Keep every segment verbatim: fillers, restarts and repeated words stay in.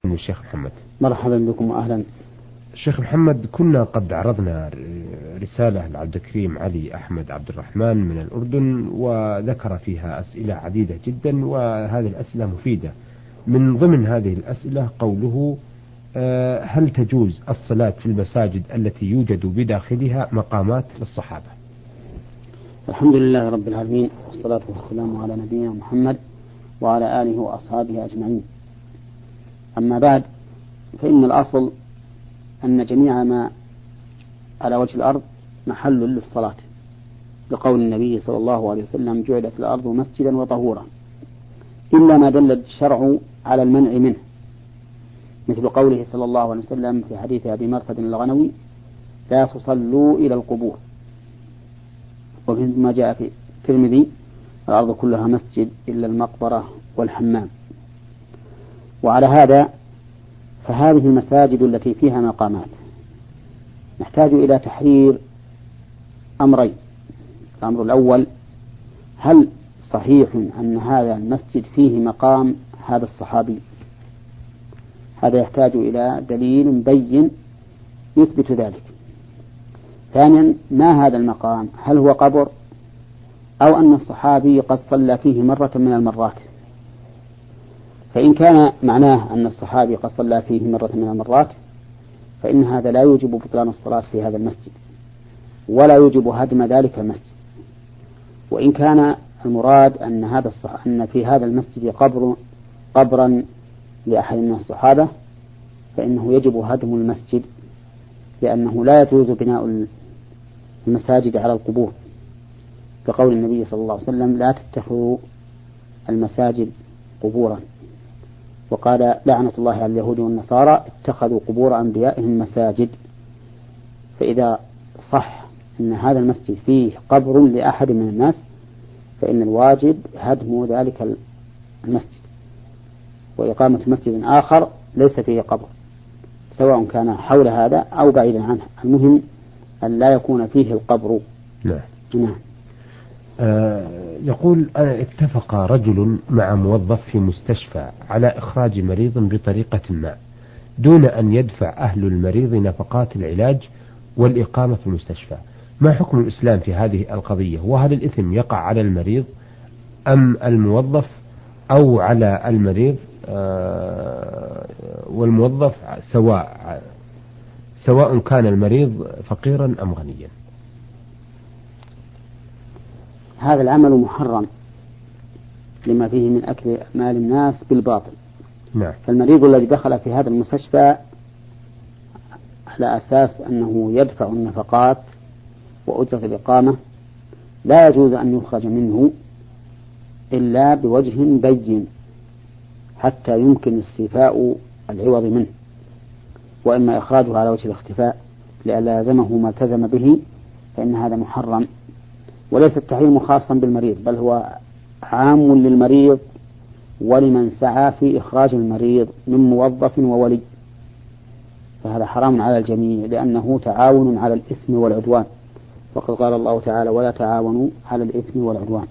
من الشيخ محمد. مرحبا بكم وأهلا. الشيخ محمد، كنا قد عرضنا رسالة لعبد الكريم علي أحمد عبد الرحمن من الأردن، وذكر فيها أسئلة عديدة جدا، وهذه الأسئلة مفيدة. من ضمن هذه الأسئلة قوله: هل تجوز الصلاة في المساجد التي يوجد بداخلها مقامات للصحابة؟ الحمد لله رب العالمين، والصلاة والسلام على نبينا محمد وعلى آله وأصحابه أجمعين. أما بعد، فإن الأصل أن جميع ما على وجه الأرض محل للصلاة، لقول النبي صلى الله عليه وسلم: جعلت الأرض مسجدا وطهورا، إلا ما دل الشرع على المنع منه، مثل قوله صلى الله عليه وسلم في حديث أبي مرثد الغنوي: لا تصلوا إلى القبور. وما جاء في الترمذي: الأرض كلها مسجد إلا المقبرة والحمام. وعلى هذا فهذه المساجد التي فيها مقامات نحتاج إلى تحرير أمرين. الأمر الأول: هل صحيح أن هذا المسجد فيه مقام هذا الصحابي؟ هذا يحتاج إلى دليل بين يثبت ذلك. ثانيا: ما هذا المقام؟ هل هو قبر أو أن الصحابي قد صلى فيه مرة من المرات؟ فإن كان معناه أن الصحابي قد صلى فيه مرة من المرات، فإن هذا لا يوجب بطلان الصلاة في هذا المسجد، ولا يوجب هدم ذلك المسجد. وإن كان المراد أن هذا الصح... أن في هذا المسجد قبر قبرا لأحد من الصحابة، فإنه يجب هدم المسجد، لأنه لا يجوز بناء المساجد على القبور، كقول النبي صلى الله عليه وسلم: لا تتخذوا المساجد قبورا. وقال: لعنة الله على اليهود والنصارى اتخذوا قبور أنبيائهم مساجد. فإذا صح أن هذا المسجد فيه قبر لأحد من الناس، فإن الواجب هدم ذلك المسجد وإقامة مسجد آخر ليس فيه قبر، سواء كان حول هذا أو بعيدا عنه، المهم أن لا يكون فيه القبر. نعم. نعم. آه يقول: أنا اتفق رجل مع موظف في مستشفى على إخراج مريض بطريقة ما دون أن يدفع أهل المريض نفقات العلاج والإقامة في المستشفى. ما حكم الإسلام في هذه القضية؟ وهل الإثم يقع على المريض أم الموظف أو على المريض آه والموظف سواء سواء كان المريض فقيرا أم غنيا؟ هذا العمل محرم لما فيه من أكل مال الناس بالباطل. نعم. فالمريض الذي دخل في هذا المستشفى على أساس أنه يدفع النفقات وأجرة الإقامة لا يجوز أن يخرج منه إلا بوجه بين حتى يمكن استيفاء العوض منه، وإما إخراجه على وجه الاختفاء لئلا يلزمه ما التزم به، فإن هذا محرم. وليس التحريم خاصا بالمريض، بل هو عام للمريض ولمن سعى في إخراج المريض من موظف وولي، فهذا حرام على الجميع، لأنه تعاون على الإثم والعدوان، وقد قال الله تعالى: ولا تعاونوا على الإثم والعدوان.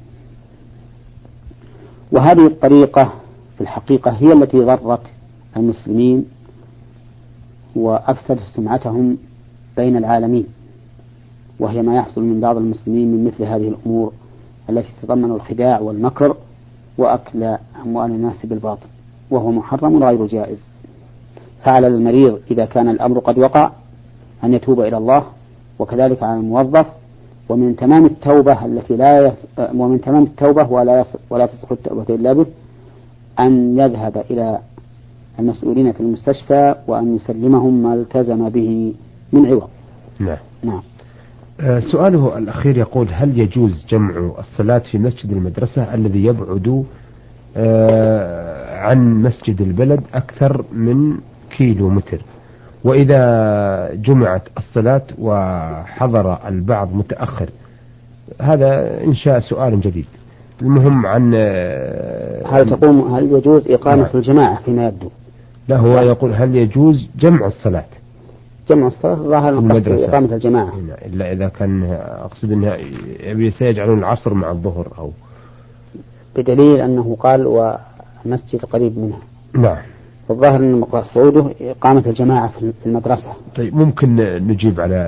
وهذه الطريقة في الحقيقة هي التي ضرت المسلمين وأفسدت سمعتهم بين العالمين، وهي ما يحصل من بعض المسلمين من مثل هذه الأمور التي تتضمن الخداع والمكر وأكل أموال الناس بالباطل، وهو محرم غير جائز. فعلى المريض إذا كان الأمر قد وقع أن يتوب إلى الله، وكذلك على الموظف. ومن تمام التوبة التي لا يص... ومن تمام التوبة ولا يص... ولا تصح التوبة إلا به أن يذهب إلى المسؤولين في المستشفى وأن يسلمهم ما التزم به من عوض. نعم. نعم. سؤاله الأخير يقول: هل يجوز جمع الصلاة في مسجد المدرسة الذي يبعد عن مسجد البلد أكثر من كيلو متر؟ وإذا جمعت الصلاة وحضر البعض متأخر، هذا إنشاء سؤال جديد. المهم عن هل تقوم هل يجوز إقامة نعم. الجماعة فيما يبدو؟ لا، هو يقول: هل يجوز جمع الصلاة؟ جمع الصلاة ظاهر المدرسة إقامة الجماعة، إلا إذا كان أقصد أنه سيجعلون العصر مع الظهر، أو بدليل أنه قال والمسجد قريب منها. نعم. الظاهر أن مقصوده إقامة الجماعة في المدرسة. طيب ممكن نجيب على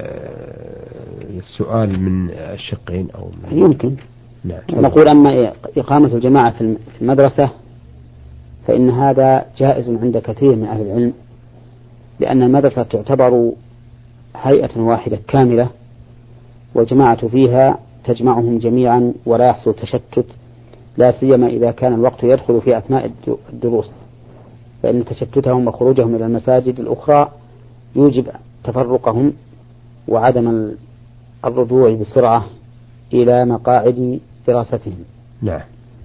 السؤال من الشقين أو من يمكن. نعم. نقول أما إقامة الجماعة في المدرسة فإن هذا جائز عند كثير من أهل العلم، لأن المدرسة تعتبر هيئة واحدة كاملة، والجماعة فيها تجمعهم جميعا ولا يحصل تشتت، لا سيما إذا كان الوقت يدخل في أثناء الدروس، فإن تشتتهم وخروجهم إلى المساجد الأخرى يوجب تفرقهم وعدم الرجوع بسرعة إلى مقاعد دراستهم. نعم.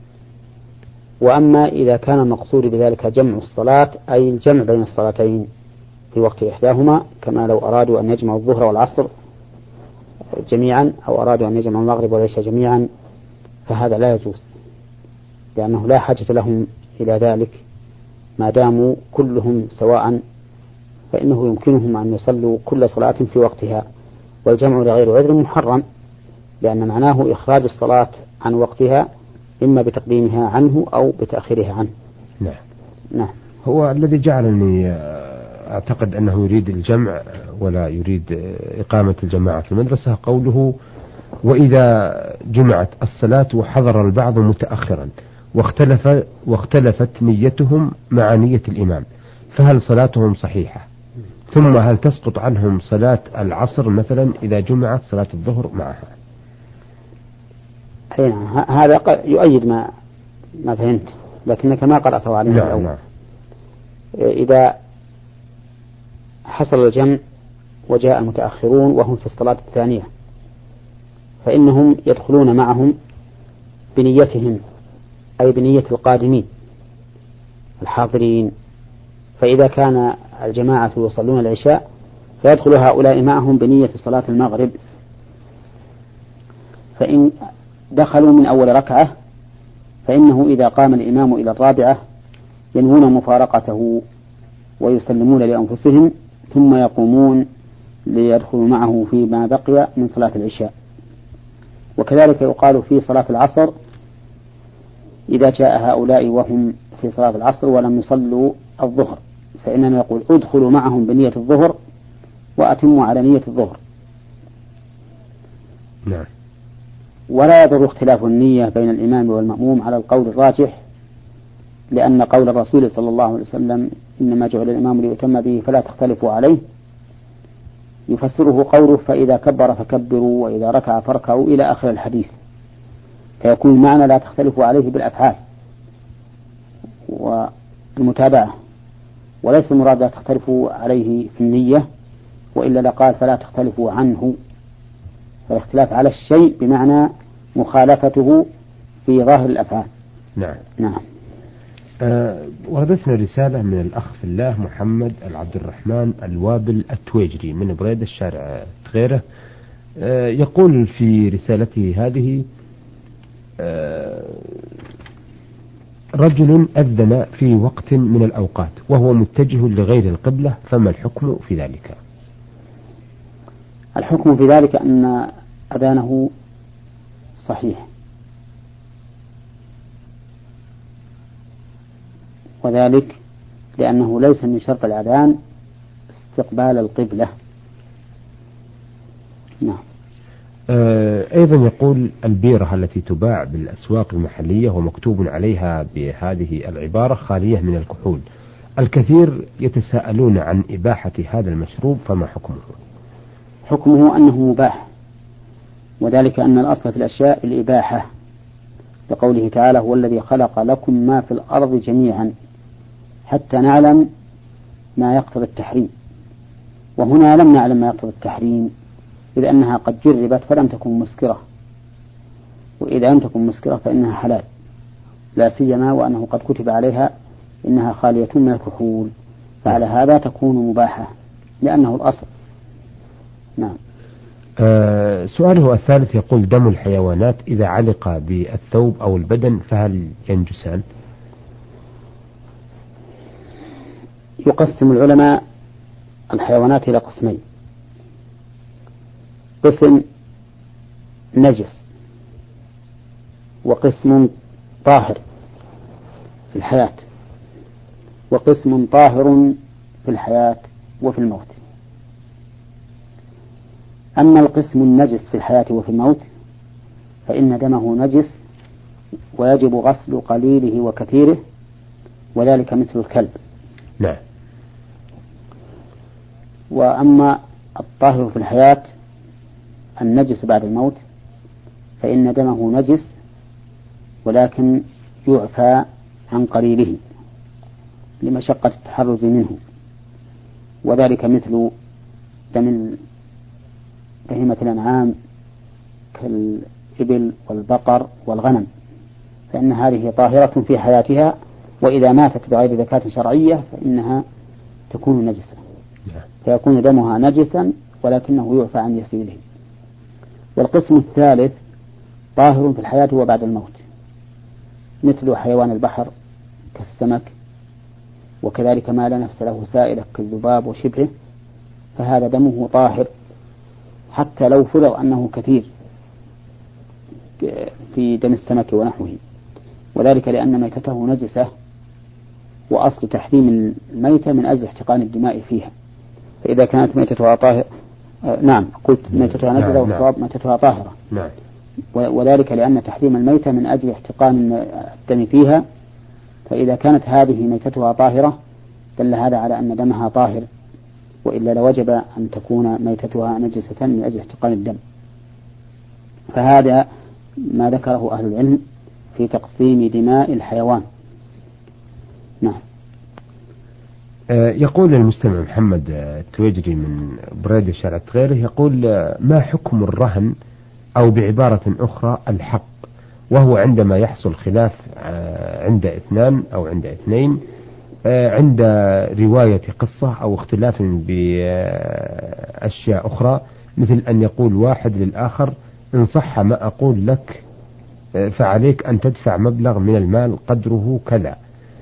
وأما إذا كان المقصود بذلك جمع الصلاة أي الجمع بين الصلاتين في وقت إحداهما، كما لو أرادوا أن يجمعوا الظهر والعصر جميعا أو أرادوا أن يجمعوا المغرب والعشاء جميعا، فهذا لا يجوز، لأنه لا حاجة لهم إلى ذلك ما داموا كلهم سواء، فإنه يمكنهم أن يصلوا كل صلاة في وقتها، والجمع لغير عذر محرم، لأن معناه إخراج الصلاة عن وقتها إما بتقديمها عنه أو بتأخيرها عنه. نعم. نعم. هو الذي جعلني أعتقد أنه يريد الجمع ولا يريد إقامة الجماعة في المدرسة قوله: وإذا جمعت الصلاة وحضر البعض متأخرا واختلف واختلفت نيتهم مع نية الإمام، فهل صلاتهم صحيحة؟ ثم هل تسقط عنهم صلاة العصر مثلا إذا جمعت صلاة الظهر معها؟ هذا يؤيد ما ما فهمت، لكنك ما قرأته علينا. نعم الأول. نعم. إذا حصل الجمع وجاء المتأخرون وهم في الصلاة الثانية، فإنهم يدخلون معهم بنيتهم أي بنية القادمين الحاضرين، فإذا كان الجماعة يصلون العشاء فيدخل هؤلاء معهم بنية صلاة المغرب، فإن دخلوا من أول ركعة فإنه إذا قام الإمام إلى الرابعة ينوون مفارقته ويسلمون لأنفسهم ثم يقومون ليدخلوا معه فيما بقي من صلاة العشاء. وكذلك يقال في صلاة العصر إذا جاء هؤلاء وهم في صلاة العصر ولم يصلوا الظهر فإننا نقول ادخلوا معهم بنية الظهر وأتموا على نية الظهر. نعم. ولا يضر اختلاف النية بين الإمام والمأموم على القول الراجح، لأن قول الرسول صلى الله عليه وسلم: إنما جعل الإمام ليؤتم به فلا تختلفوا عليه، يفسره قوله: فإذا كبر فكبروا وإذا ركع فاركعوا إلى آخر الحديث، فيكون المعنى لا تختلفوا عليه بالأفعال والمتابعة، وليس المراد لا تختلفوا عليه في النية، وإلا لقال فلا تختلفوا عنه، فالاختلاف على الشيء بمعنى مخالفته في ظاهر الأفعال. نعم. نعم. أه وردتنا رسالة من الأخ في الله محمد العبد الرحمن الوابل التويجري من بريدة الشارع تغيره. أه يقول في رسالته هذه: أه رجل أذن في وقت من الأوقات وهو متجه لغير القبلة، فما الحكم في ذلك؟ الحكم في ذلك أن أذانه صحيح، وذلك لأنه ليس من شرط الأذان استقبال القبلة. نعم. أيضا يقول: البيرة التي تباع بالأسواق المحلية ومكتوب عليها بهذه العبارة خالية من الكحول، الكثير يتساءلون عن إباحة هذا المشروب، فما حكمه؟ حكمه أنه مباح، وذلك أن الأصل في الأشياء الإباحة، لقوله تعالى: هو الذي خلق لكم ما في الأرض جميعا حتى نعلم ما يقتضي التحريم. وهنا لم نعلم ما يقتضي التحريم، إذ أنها قد جربت فلم تكن مسكرة، وإذا لم تكن مسكرة فإنها حلال، لا سيما وأنه قد كتب عليها إنها خالية من الكحول، فعلى هذا تكون مباحة لأنه الأصل. نعم. أه سؤاله الثالث يقول: دم الحيوانات إذا علق بالثوب أو البدن فهل ينجسان؟ يقسم العلماء الحيوانات إلى قسمين: قسم نجس وقسم طاهر في الحياة. وقسم طاهر في الحياة وفي الموت. أما القسم النجس في الحياة وفي الموت فإن دمه نجس ويجب غسل قليله وكثيره، وذلك مثل الكلب. نعم. وأما الطاهر في الحياة النجس بعد الموت فإن دمه نجس ولكن يعفى عن قليله لمشقة التحرز منه، وذلك مثل دم بهيمة الأنعام كالإبل والبقر والغنم، فإن هذه طاهرة في حياتها، وإذا ماتت بغير زكاة شرعية فإنها تكون نجسة، فيكون دمها نجسا ولكنه يعفى عن يسيره. والقسم الثالث طاهر في الحياة وبعد الموت، مثل حيوان البحر كالسمك، وكذلك ما لا نفس له سائلة كالذباب وشبهه، فهذا دمه طاهر حتى لو فرض أنه كثير في دم السمك ونحوه، وذلك لأن ميتته نجسة، وأصل تحريم الميتة من أجل احتقان الدماء فيها، فإذا كانت ميتتها طاهرة آه نعم قلت ميتتها نجسة والصواب ميتتها طاهرة. نعم. وذلك لأن تحريم الميتة من أجل احتقان الدم فيها، فإذا كانت هذه ميتتها طاهرة دل هذا على أن دمها طاهر، وإلا لوجب أن تكون ميتتها نجسة من أجل احتقان الدم. فهذا ما ذكره أهل العلم في تقسيم دماء الحيوان. نعم. يقول المستمع محمد التويجري من بريدة شارع غيره، يقول ما حكم الرهن أو بعبارة أخرى الحق، وهو عندما يحصل خلاف عند اثنان أو عند اثنين عند رواية قصة أو اختلاف بأشياء أخرى، مثل أن يقول واحد للآخر إن صح ما أقول لك فعليك أن تدفع مبلغ من المال قدره كذا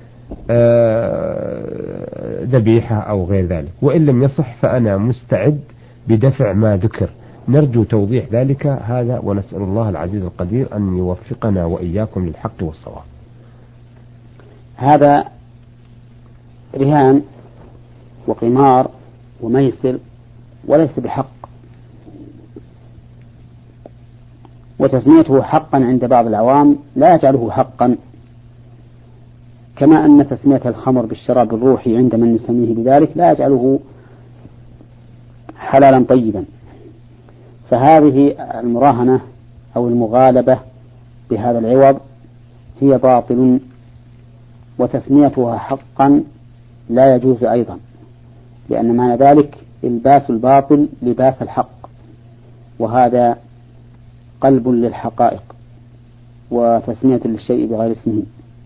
ذبيحة أو غير ذلك، وإن لم يصح فأنا مستعد بدفع ما ذكر. نرجو توضيح ذلك هذا، ونسأل الله العزيز القدير أن يوفقنا وإياكم للحق والصواب. هذا رهان وقمار وميسر وليس بحق، وتسميته حقا عند بعض العوام لا يجعله حقا، كما أن تسمية الخمر بالشراب الروحي عند من يسميه بذلك لا يجعله حلالا طيبا. فهذه المراهنة أو المغالبة بهذا العوض هي باطل، وتسميتها حقا لا يجوز أيضا، لأن معنى ذلك الباس الباطل لباس الحق، وهذا قلب للحقائق وتسمية للشيء بغير اسمه.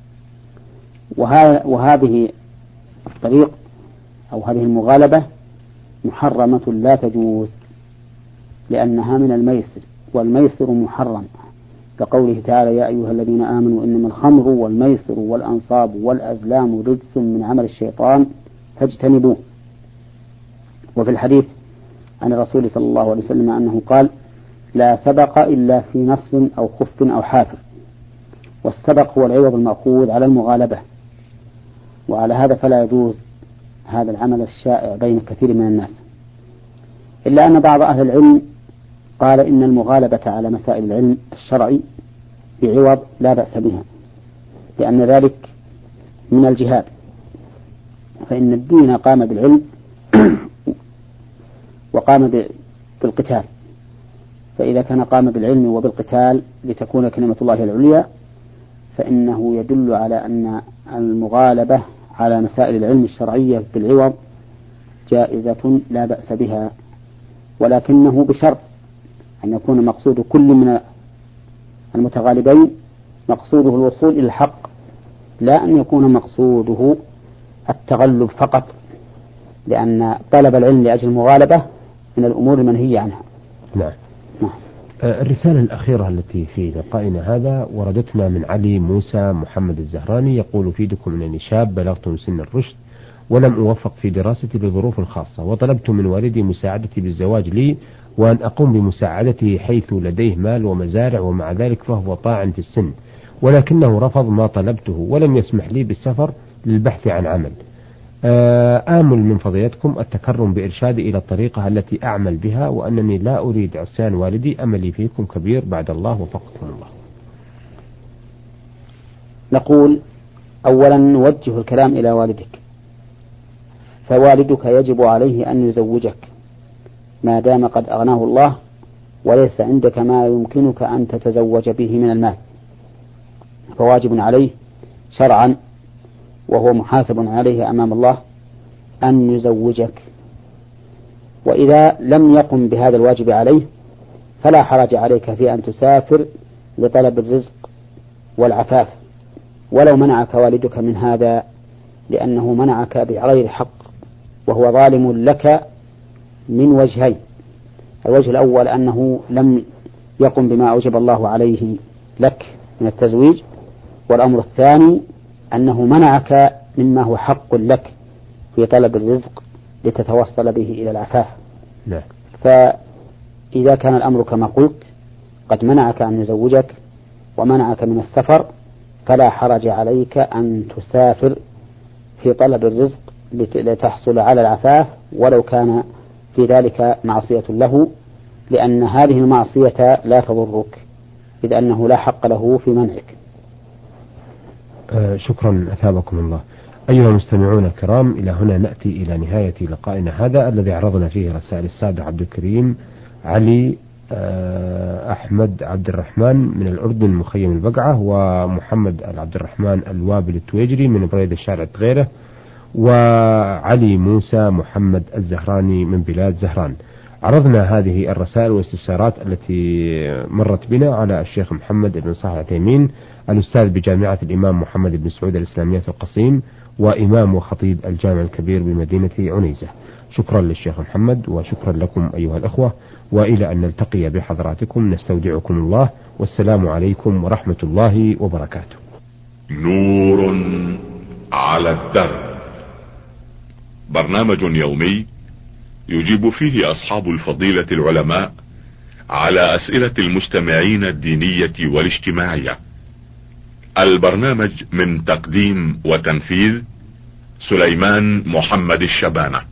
وهذه الطريق أو هذه المغالبة محرمة لا تجوز، لأنها من الميسر، والميسر محرم، كقوله تعالى يا أيها الذين آمنوا إنما الخمر والميسر والأنصاب والأزلام رجس من عمل الشيطان فاجتنبوه. وفي الحديث عن الرسول صلى الله عليه وسلم أنه قال لا سبق إلا في نصر أو خف أو حافر، والسبق هو العوض المأخوذ على المغالبة، وعلى هذا فلا يجوز هذا العمل الشائع بين كثير من الناس، إلا أن بعض أهل العلم قال إن المغالبة على مسائل العلم الشرعي بعوض لا بأس بها، لأن ذلك من الجهاد، فإن الدين قام بالعلم وقام بالقتال، فإذا كان قام بالعلم وبالقتال لتكون كلمة الله العليا فإنه يدل على أن المغالبة على مسائل العلم الشرعية بالعوض جائزة لا بأس بها، ولكنه بشرط أن يكون مقصود كل من المتغالبين مقصوده الوصول إلى الحق، لا أن يكون مقصوده التغلب فقط، لأن طلب العلم لأجل المغالبة من الأمور المنهية عنها. نعم. نعم. الرسالة الأخيرة التي في لقائنا هذا وردتنا من علي موسى محمد الزهراني، يقول أفيدكم أنني شاب بلغت من سن الرشد ولم أوفق في دراستي لظروف خاصة، وطلبت من والدي مساعدتي بالزواج لي وأن أقوم بمساعدته حيث لديه مال ومزارع، ومع ذلك فهو طاعن في السن، ولكنه رفض ما طلبته ولم يسمح لي بالسفر للبحث عن عمل، آمل من فضيلتكم التكرم بإرشادي إلى الطريقة التي أعمل بها، وأنني لا أريد عصيان والدي. أملي فيكم كبير، بعد الله وفقكم الله. نقول أولا نوجه الكلام إلى والدك، فوالدك يجب عليه أن يزوجك ما دام قد أغناه الله وليس عندك ما يمكنك أن تتزوج به من المال، فواجب عليه شرعا وهو محاسب عليه أمام الله أن يزوجك. وإذا لم يقم بهذا الواجب عليه فلا حرج عليك في أن تسافر لطلب الرزق والعفاف، ولو منعك والدك من هذا لأنه منعك بغير حق وهو ظالم لك من وجهين. الوجه الأول أنه لم يقم بما أوجب الله عليه لك من التزويج، والأمر الثاني أنه منعك مما هو حق لك في طلب الرزق لتتوصل به إلى العفاف. لا. فإذا كان الأمر كما قلت قد منعك أن يزوجك ومنعك من السفر فلا حرج عليك أن تسافر في طلب الرزق لتحصل على العفاف ولو كان في ذلك معصية له، لأن هذه المعصية لا تضرك إذ أنه لا حق له في منعك. آه شكرا أثابكم الله. أيها المستمعون الكرام، إلى هنا نأتي إلى نهاية لقائنا هذا الذي عرضنا فيه رسائل السادة عبد الكريم علي آه أحمد عبد الرحمن من الأردن مخيم البقعة، ومحمد عبد الرحمن الوابل التويجري من بريد الشارع غيره، وعلي موسى محمد الزهراني من بلاد زهران. عرضنا هذه الرسائل والاستفسارات التي مرت بنا على الشيخ محمد بن صالح العثيمين الأستاذ بجامعة الإمام محمد بن سعود الإسلامية في القصيم وإمام وخطيب الجامع الكبير بمدينة عنيزة. شكرا للشيخ محمد وشكرا لكم أيها الأخوة، وإلى أن نلتقي بحضراتكم نستودعكم الله، والسلام عليكم ورحمة الله وبركاته. نور على الدرب، برنامج يومي يجيب فيه أصحاب الفضيلة العلماء على أسئلة المستمعين الدينية والاجتماعية. البرنامج من تقديم وتنفيذ سليمان محمد الشبانة.